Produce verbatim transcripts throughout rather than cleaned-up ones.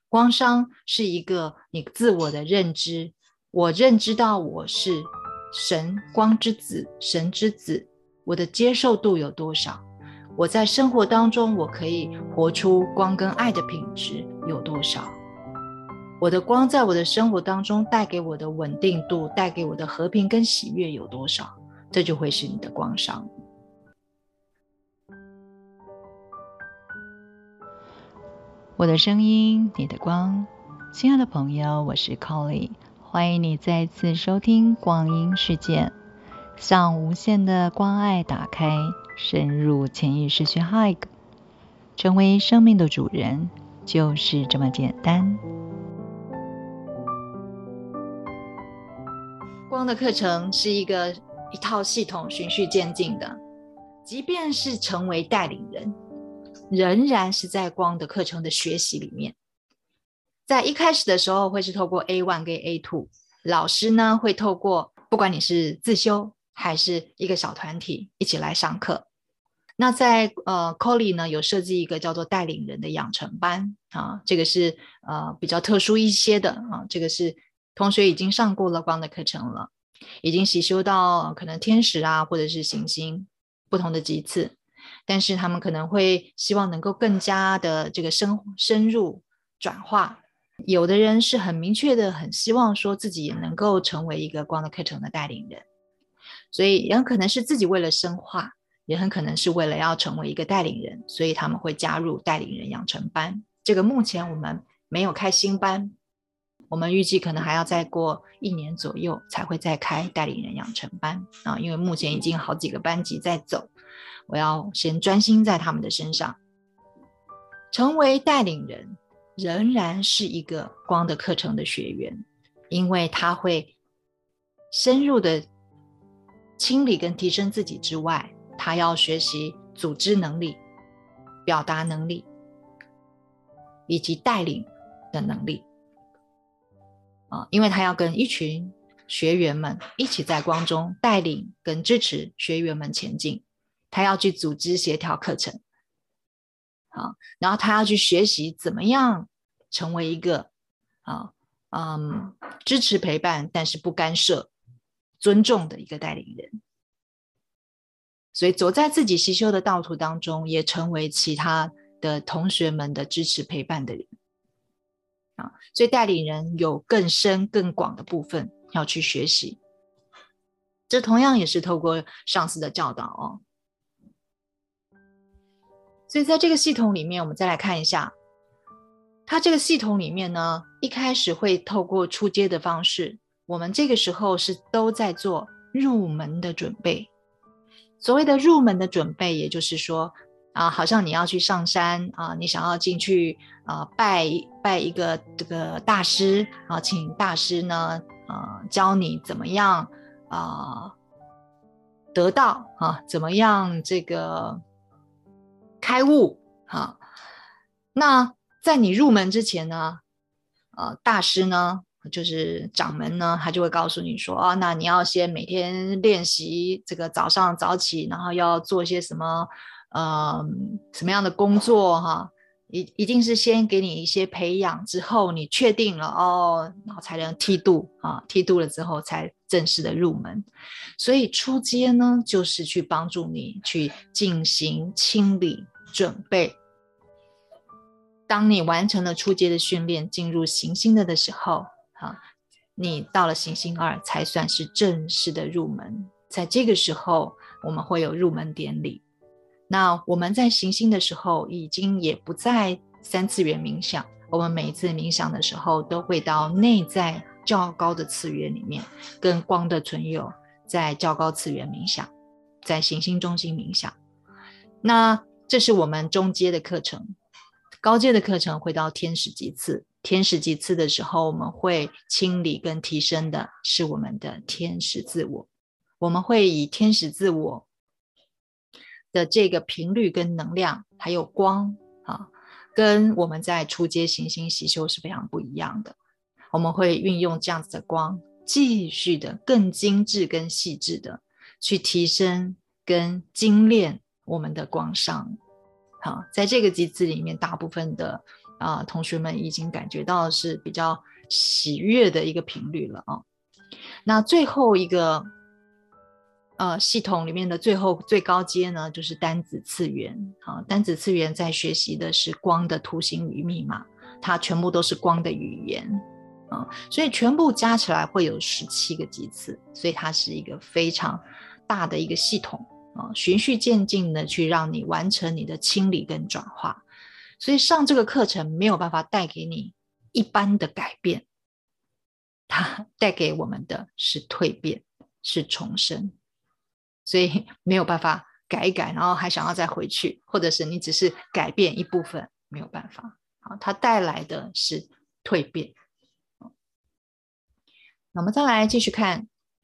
光商是一个你自我的认知，我认知到我是神光之子，神之子，我的接受度有多少，我在生活当中我可以活出光跟爱的品质有多少，我的光在我的生活当中带给我的稳定度，带给我的和平跟喜悦有多少，这就会是你的光商。 我的声音，你的光。亲爱的朋友，我是 Colly， 欢迎你再次收听光阴世界，向无限的光爱打开，深入潜意识去 hug， 成为生命的主人，就是这么简单。 光的课程是一个一套系统，循序渐进的，即便是成为带领人，仍然是在光的课程的学习里面。在一开始的时候会是透过 A 一 跟 A 二， 老师呢会透过不管你是自修还是一个小团体一起来上课。那在呃 Colly 呢有设计一个叫做带领人的养成班啊，这个是呃比较特殊一些的啊，这个是同学已经上过了光的课程了，已经习修到可能天使啊或者是行星不同的级次，但是他们可能会希望能够更加的这个深深入转化。有的人是很明确的很希望说自己也能够成为一个光的课程的带领人，所以也很可能是自己为了深化，也很可能是为了要成为一个带领人，所以他们会加入带领人养成班。这个目前我们没有开新班，我们预计可能还要再过一年左右才会再开带领人养成班啊，因为目前已经好几个班级在走，我要先专心在他们的身上。成为带领人仍然是一个光的课程的学员，因为他会深入的清理跟提升自己之外，他要学习组织能力、表达能力以及带领的能力、啊、因为他要跟一群学员们一起在光中带领跟支持学员们前进，他要去组织协调课程，好，然后他要去学习怎么样成为一个啊嗯支持陪伴但是不干涉尊重的一个带领人，所以走在自己习修的道途当中，也成为其他的同学们的支持陪伴的人啊，所以带领人有更深更广的部分要去学习，这同样也是透过上司的教导哦。所以在这个系统里面，我们再来看一下，它这个系统里面呢，一开始会透过初阶的方式，我们这个时候是都在做入门的准备。所谓的入门的准备，也就是说啊，好像你要去上山啊，你想要进去啊拜拜一个这个大师啊，请大师呢啊教你怎么样啊得道啊，怎么样这个开悟啊。那在你入门之前呢，呃，大师呢，就是掌门呢，他就会告诉你说啊，那你要先每天练习这个早上早起，然后要做些什么呃什么样的工作哈，一一定是先给你一些培养之后，你确定了哦，然后才能梯度啊，梯度了之后才正式的入门。所以初阶呢，就是去帮助你去进行清理准备。当你完成了初阶的训练，进入行星的的时候，啊，你到了行星二才算是正式的入门。在这个时候，我们会有入门典礼。那我们在行星的时候，已经也不在三次元冥想，我们每一次冥想的时候，都会到内在较高的次元里面，跟光的存有在较高次元冥想，在行星中心冥想。那这是我们中阶的课程。高阶的课程会到天使级次，天使级次的时候，我们会清理跟提升的是我们的天使自我，我们会以天使自我的这个频率跟能量还有光啊，跟我们在初阶行星习修是非常不一样的。我们会运用这样子的光，继续的更精致跟细致的去提升跟精炼我们的光商。好，在这个机制里面，大部分的啊、同学们已经感觉到是比较喜悦的一个频率了啊。那最后一个呃，系统里面的最后最高阶呢，就是单子次元。好，单子次元在学习的是光的图形与密码，它全部都是光的语言啊，所以全部加起来会有十七个级次，所以它是一个非常大的一个系统啊，循序渐进的去让你完成你的清理跟转化。所以上这个课程没有办法带给你一般的改变，它带给我们的是蜕变，是重生。所以没有办法改一改，然后还想要再回去，或者是你只是改变一部分，没有办法。好，它带来的是蜕变。那我们再来继续看，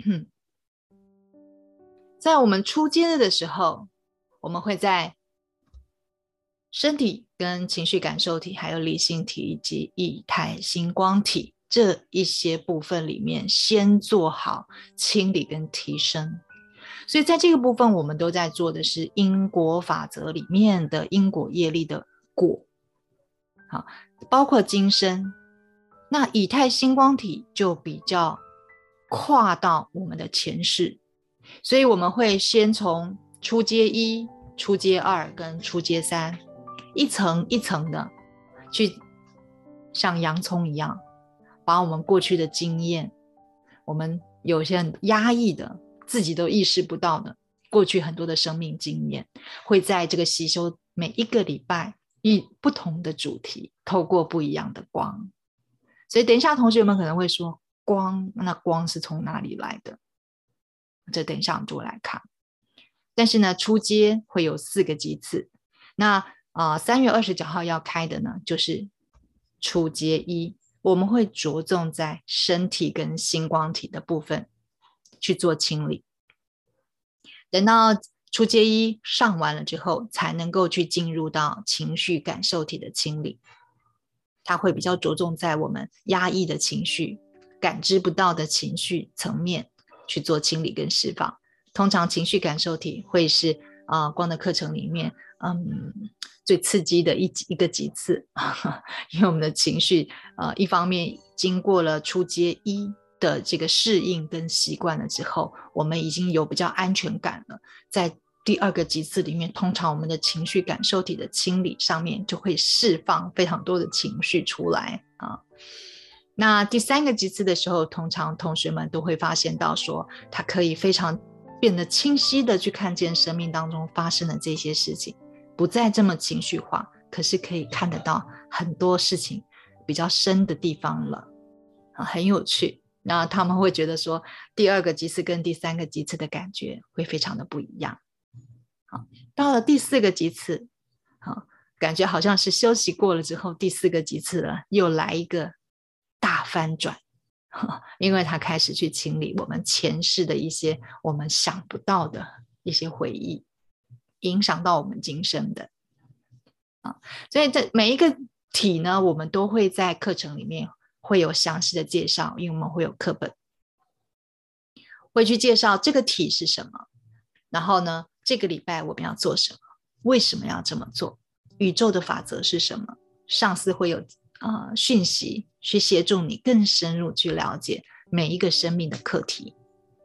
在我们初阶的时候，我们会在身体跟情绪感受体，还有理性体以及液态星光体这一些部分里面，先做好清理跟提升。所以在这个部分，我们都在做的是因果法则里面的因果业力的果，好，包括今生。那以太星光体就比较跨到我们的前世，所以我们会先从初阶一、初阶二跟初阶三，一层一层的去像洋葱一样，把我们过去的经验，我们有些很压抑的，自己都意识不到的过去很多的生命经验，会在这个习修每一个礼拜以不同的主题，透过不一样的光。所以等一下同学们可能会说，光，那光是从哪里来的？这等一下我们就来看。但是呢，初阶会有四个级次，那呃三月二十九号要开的呢，就是初阶一，我们会着重在身体跟星光体的部分去做清理。等到初阶一上完了之后，才能够去进入到情绪感受体的清理。它会比较着重在我们压抑的情绪、感知不到的情绪层面去做清理跟释放。通常情绪感受体会是、呃、光的课程里面嗯最刺激的一一个级次，因为我们的情绪呃一方面经过了初阶一的这个适应跟习惯了之后，我们已经有比较安全感了，在第二个级次里面，通常我们的情绪感受体的清理上面就会释放非常多的情绪出来啊。那第三个级次的时候，通常同学们都会发现到说，他可以非常变得清晰的去看见生命当中发生的这些事情，不再这么情绪化，可是可以看得到很多事情比较深的地方了啊，很有趣。那他们会觉得说，第二个级次跟第三个级次的感觉会非常的不一样。好，到了第四个级次，好，感觉好像是休息过了之后，第四个级次了，又来一个大翻转，因为他开始去清理我们前世的一些我们想不到的一些回忆，影响到我们今生的。啊，所以这每一个体呢，我们都会在课程里面会有详细的介绍，因为我们会有课本，会去介绍这个体是什么，然后呢，这个礼拜我们要做什么，为什么要这么做，宇宙的法则是什么，上司会有呃讯息去协助你更深入去了解每一个生命的课题。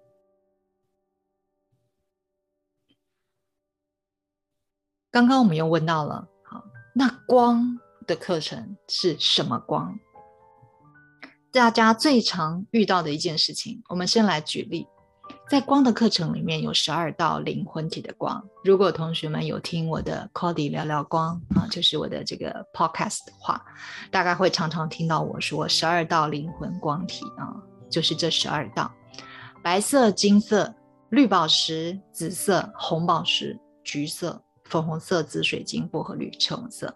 刚刚我们又问到了，好，那光的课程是什么光？大家最常遇到的一件事情，我们先来举例。在光的课程里面有十二道灵魂体的光，如果同学们有听我的 Cody 聊聊光、啊、就是我的这个 podcast 的话，大概会常常听到我说十二道灵魂光体、啊、就是这十二道：白色、金色、绿宝石、紫色、红宝石、橘色、粉红色、紫水晶、薄荷绿、橙色。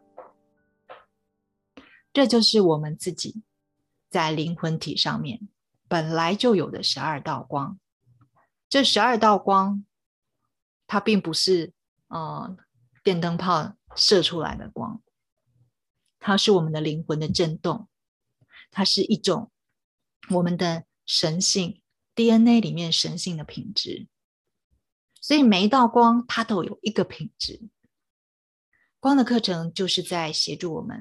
这就是我们自己在灵魂体上面本来就有的十二道光。这十二道光，它并不是呃电灯泡射出来的光，它是我们的灵魂的震动，它是一种我们的神性 D N A 里面神性的品质。所以每一道光它都有一个品质。光的课程就是在协助我们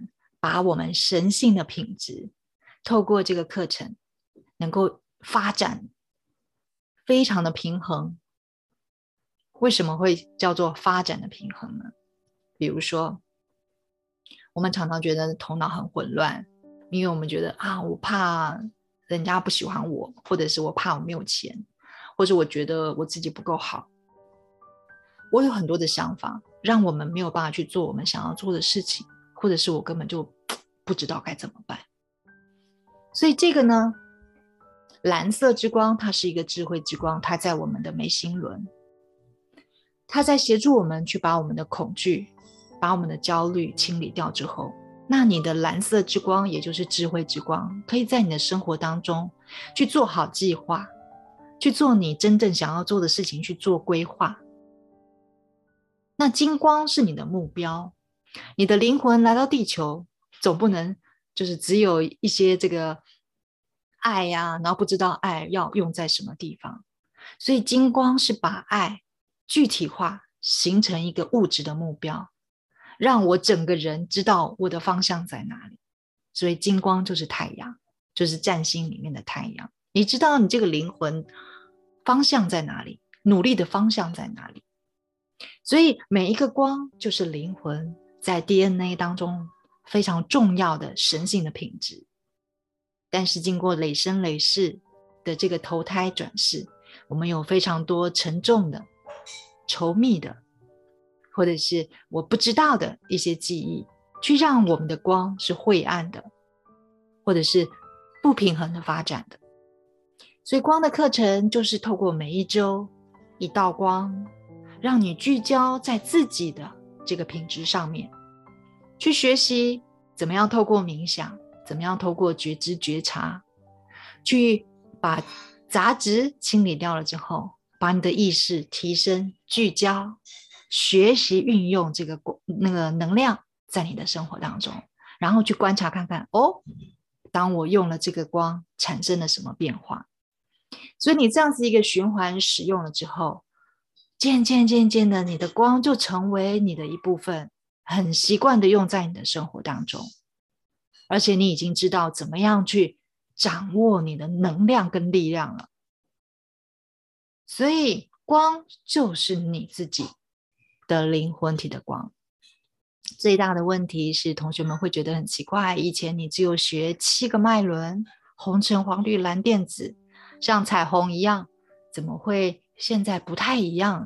把我们神性的品质透过这个课程能够发展非常的平衡。为什么会叫做发展的平衡呢？比如说我们常常觉得头脑很混乱，因为我们觉得啊，我怕人家不喜欢我，或者是我怕我没有钱，或者我觉得我自己不够好，我有很多的想法让我们没有办法去做我们想要做的事情，或者是我根本就不知道该怎么办。所以这个呢，蓝色之光它是一个智慧之光，它在我们的眉心轮，它在协助我们去把我们的恐惧把我们的焦虑清理掉之后，那你的蓝色之光也就是智慧之光可以在你的生活当中去做好计划，去做你真正想要做的事情，去做规划。那金光是你的目标，你的灵魂来到地球总不能就是只有一些这个爱呀、啊，然后不知道爱要用在什么地方，所以金光是把爱具体化，形成一个物质的目标，让我整个人知道我的方向在哪里。所以金光就是太阳，就是占星里面的太阳，你知道你这个灵魂方向在哪里，努力的方向在哪里。所以每一个光就是灵魂在 D N A 当中非常重要的神性的品质。但是经过累生累世的这个投胎转世，我们有非常多沉重的、稠密的，或者是我不知道的一些记忆，去让我们的光是晦暗的，或者是不平衡的发展的。所以光的课程就是透过每一周一道光，让你聚焦在自己的这个品质上面，去学习怎么样透过冥想，怎么样透过觉知觉察，去把杂质清理掉了之后，把你的意识提升聚焦，学习运用这个那个能量在你的生活当中，然后去观察看看，哦，当我用了这个光产生了什么变化。所以你这样子一个循环使用了之后，渐渐渐渐的你的光就成为你的一部分，很习惯的用在你的生活当中，而且你已经知道怎么样去掌握你的能量跟力量了。所以光就是你自己的灵魂体的光。最大的问题是同学们会觉得很奇怪，以前你只有学七个脉轮，红橙黄绿蓝靛紫，像彩虹一样，怎么会现在不太一样了？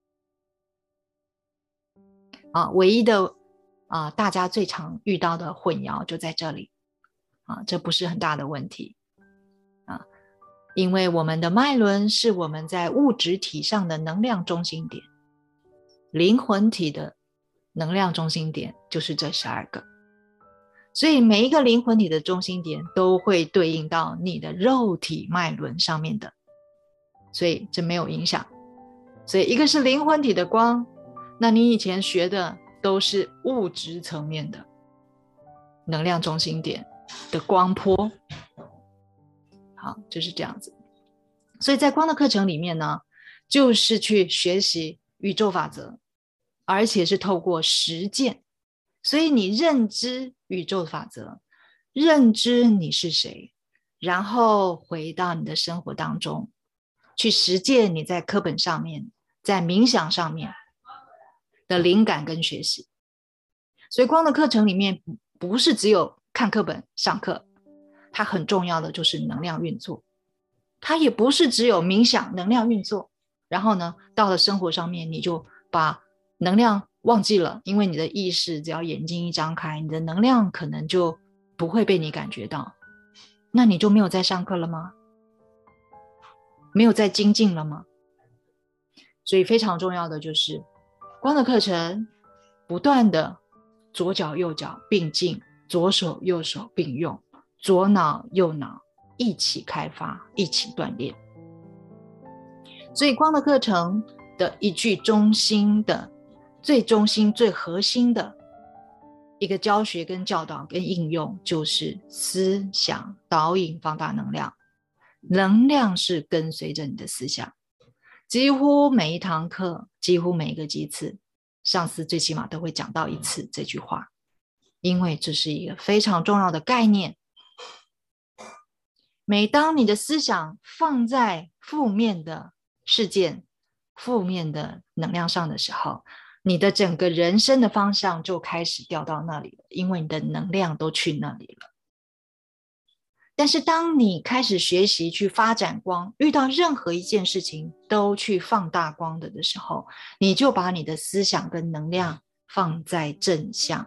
啊，唯一的啊，大家最常遇到的混淆就在这里啊，这不是很大的问题啊，因为我们的脉轮是我们在物质体上的能量中心点，灵魂体的能量中心点就是这十二个，所以每一个灵魂体的中心点都会对应到你的肉体脉轮上面的，所以这没有影响。所以一个是灵魂体的光，那你以前学的都是物质层面的能量中心点的光波。好，就是这样子。所以在光的课程里面呢，就是去学习宇宙法则，而且是透过实践。所以你认知宇宙法则，认知你是谁，然后回到你的生活当中去实践你在课本上面，在冥想上面的灵感跟学习。所以光的课程里面不是只有看课本上课，它很重要的就是能量运作。它也不是只有冥想能量运作，然后呢到了生活上面你就把能量忘记了，因为你的意识只要眼睛一张开，你的能量可能就不会被你感觉到，那你就没有在上课了吗？没有在精进了吗？所以非常重要的就是光的课程不断的左脚右脚并进，左手右手并用，左脑右脑一起开发，一起锻炼。所以光的课程的一句中心的最中心最核心的一个教学跟教导跟应用，就是思想导引放大能量。能量是跟随着你的思想，几乎每一堂课，几乎每一个机次，上司最起码都会讲到一次这句话。 因为这是一个非常重要的概念。每当你的思想放在负面的事件、负面的能量上的时候，你的整个人生的方向就开始掉到那里了，因为你的能量都去那里了。但是当你开始学习去发展光，遇到任何一件事情都去放大光的的时候，你就把你的思想跟能量放在正向。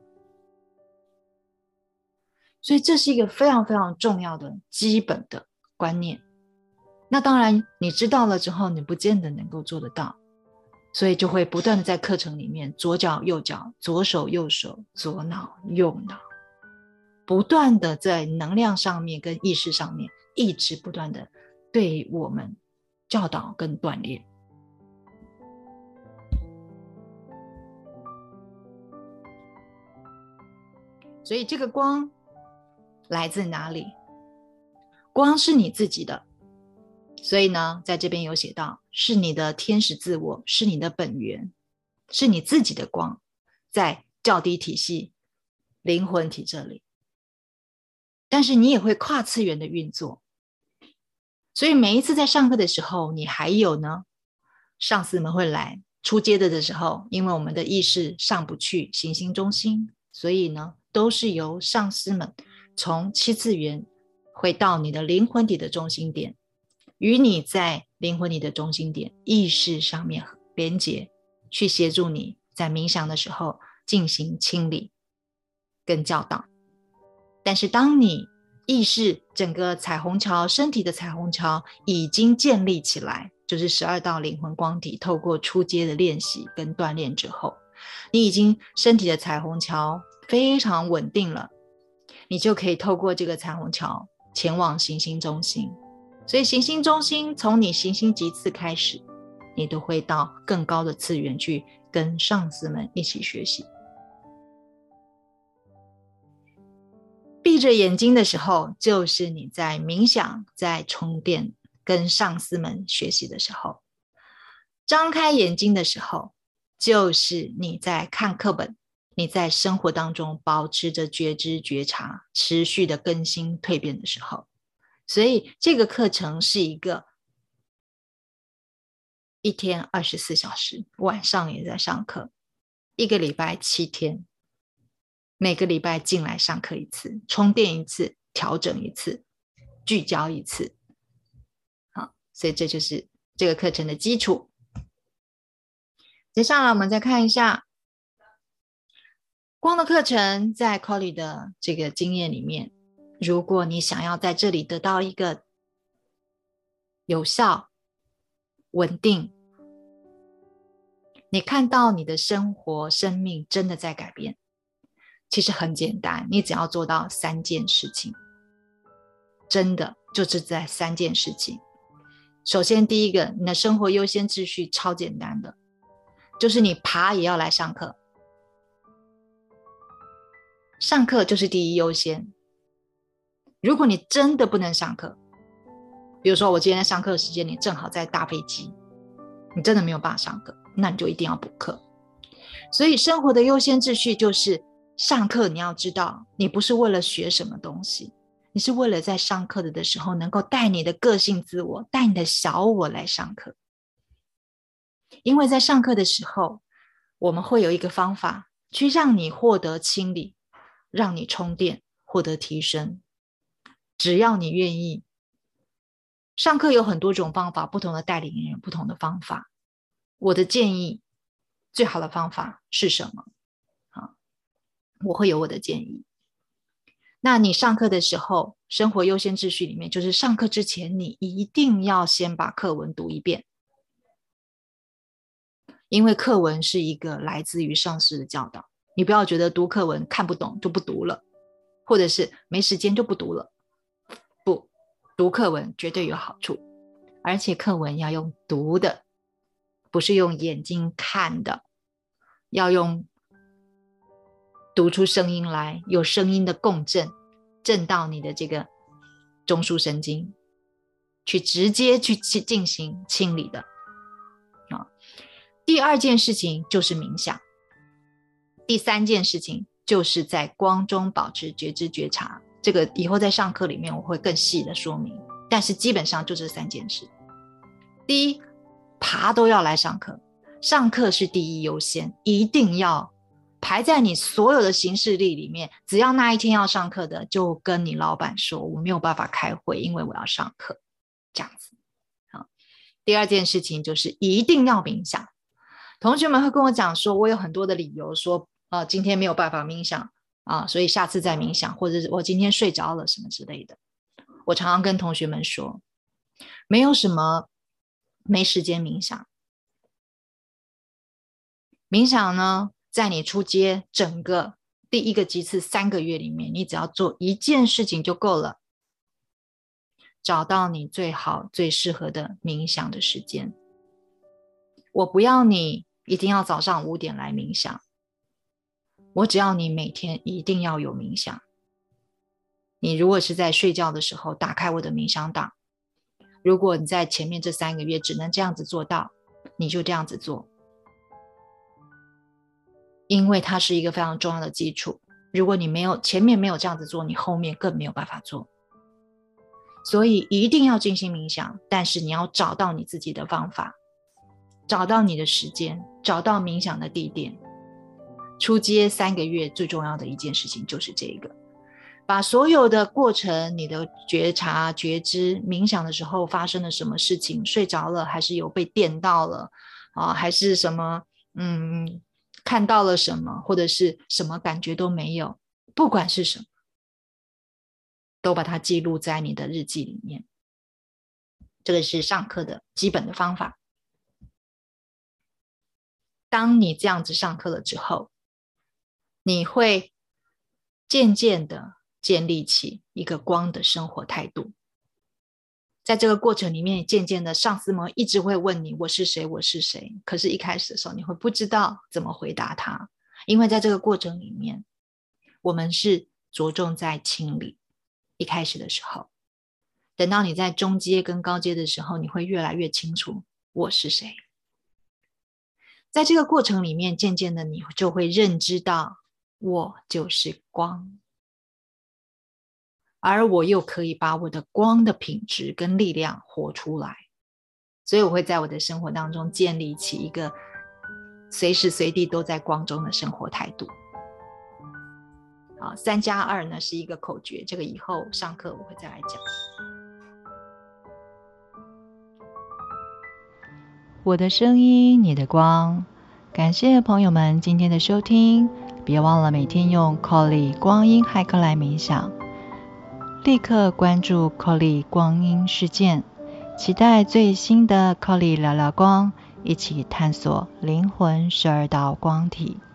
所以这是一个非常非常重要的基本的观念。那当然你知道了之后，你不见得能够做得到，所以就会不断的在课程里面左脚右脚，左手右手，左脑右脑，不断的在能量上面跟意识上面一直不断的对我们教导跟锻炼。所以这个光来自哪里？光是你自己的，所以呢，在这边有写到，是你的天使自我，是你的本源，是你自己的光，在较低体系灵魂体这里。但是你也会跨次元的运作，所以每一次在上课的时候，你还有呢，上司们会来出阶的的时候，因为我们的意识上不去行星中心，所以呢，都是由上司们从七次元回到你的灵魂体的中心点，与你在灵魂体的中心点意识上面连结，去协助你在冥想的时候进行清理跟教导。但是当你意识整个彩虹桥，身体的彩虹桥已经建立起来，就是十二道灵魂光体透过初阶的练习跟锻炼之后，你已经身体的彩虹桥非常稳定了，你就可以透过这个彩虹桥前往行星中心。所以行星中心从你行星级次开始，你都会到更高的次元去跟上司们一起学习。闭着眼睛的时候，就是你在冥想，在充电，跟上司们学习的时候。张开眼睛的时候，就是你在看课本，你在生活当中保持着觉知觉察，持续的更新蜕变的时候。所以这个课程是一个一天二十四小时，晚上也在上课，一个礼拜七天，每个礼拜进来上课一次，充电一次，调整一次，聚焦一次。好，所以这就是这个课程的基础。接下来我们再看一下光的课程，在 Colly 的这个经验里面，如果你想要在这里得到一个有效、稳定，你看到你的生活、生命真的在改变，其实很简单，你只要做到三件事情，真的就是这三件事情。首先第一个，你的生活优先秩序超简单的，就是你爬也要来上课，上课就是第一优先。如果你真的不能上课，比如说我今天上课的时间你正好在搭飞机，你真的没有办法上课，那你就一定要补课。所以生活的优先秩序就是上课，你要知道你不是为了学什么东西，你是为了在上课的的时候能够带你的个性自我，带你的小我来上课。因为在上课的时候，我们会有一个方法去让你获得清理，让你充电，获得提升。只要你愿意，上课有很多种方法，不同的带领人不同的方法。我的建议，最好的方法是什么？好，我会有我的建议。那你上课的时候，生活优先秩序里面，就是上课之前你一定要先把课文读一遍，因为课文是一个来自于上师的教导，你不要觉得读课文看不懂就不读了，或者是没时间就不读了。不，读课文绝对有好处，而且课文要用读的，不是用眼睛看的，要用读出声音来，有声音的共振，震到你的这个中枢神经，去直接去进行清理的。啊，第二件事情就是冥想，第三件事情就是在光中保持觉知觉察。这个以后在上课里面我会更细的说明，但是基本上就这三件事。第一，爬都要来上课，上课是第一优先，一定要排在你所有的行事历里面。只要那一天要上课的，就跟你老板说我没有办法开会，因为我要上课，这样子。好，第二件事情就是一定要冥想。同学们会跟我讲说，我有很多的理由说，呃，今天没有办法冥想啊，所以下次再冥想，或者是我今天睡着了什么之类的。我常常跟同学们说，没有什么没时间冥想。冥想呢，在你初阶整个第一个级次三个月里面，你只要做一件事情就够了，找到你最好最适合的冥想的时间。我不要你一定要早上五点来冥想，我只要你每天一定要有冥想。你如果是在睡觉的时候打开我的冥想档，如果你在前面这三个月只能这样子做到，你就这样子做，因为它是一个非常重要的基础。如果你没有前面没有这样子做，你后面更没有办法做。所以一定要进行冥想，但是你要找到你自己的方法，找到你的时间，找到冥想的地点。初阶三个月最重要的一件事情就是这个，把所有的过程，你的觉察觉知，冥想的时候发生了什么事情，睡着了还是有被电到了啊，还是什么嗯看到了什么，或者是什么感觉都没有，不管是什么，都把它记录在你的日记里面。这个是上课的基本的方法。当你这样子上课了之后，你会渐渐的建立起一个光的生活态度。在这个过程里面，渐渐的上司们一直会问你我是谁我是谁，可是一开始的时候你会不知道怎么回答他，因为在这个过程里面我们是着重在清理。一开始的时候，等到你在中阶跟高阶的时候，你会越来越清楚我是谁。在这个过程里面，渐渐的你就会认知到我就是光，而我又可以把我的光的品质跟力量活出来。所以我会在我的生活当中建立起一个随时随地都在光中的生活态度。好，三加二呢是一个口诀，这个以后上课我会再来讲。 我的声音，你的光。感谢朋友们今天的收听，别忘了每天用 Colly 光阴骇客来冥想，立刻关注 Colly 光阴事件，期待最新的 Colly 聊聊光，一起探索灵魂十二道光体。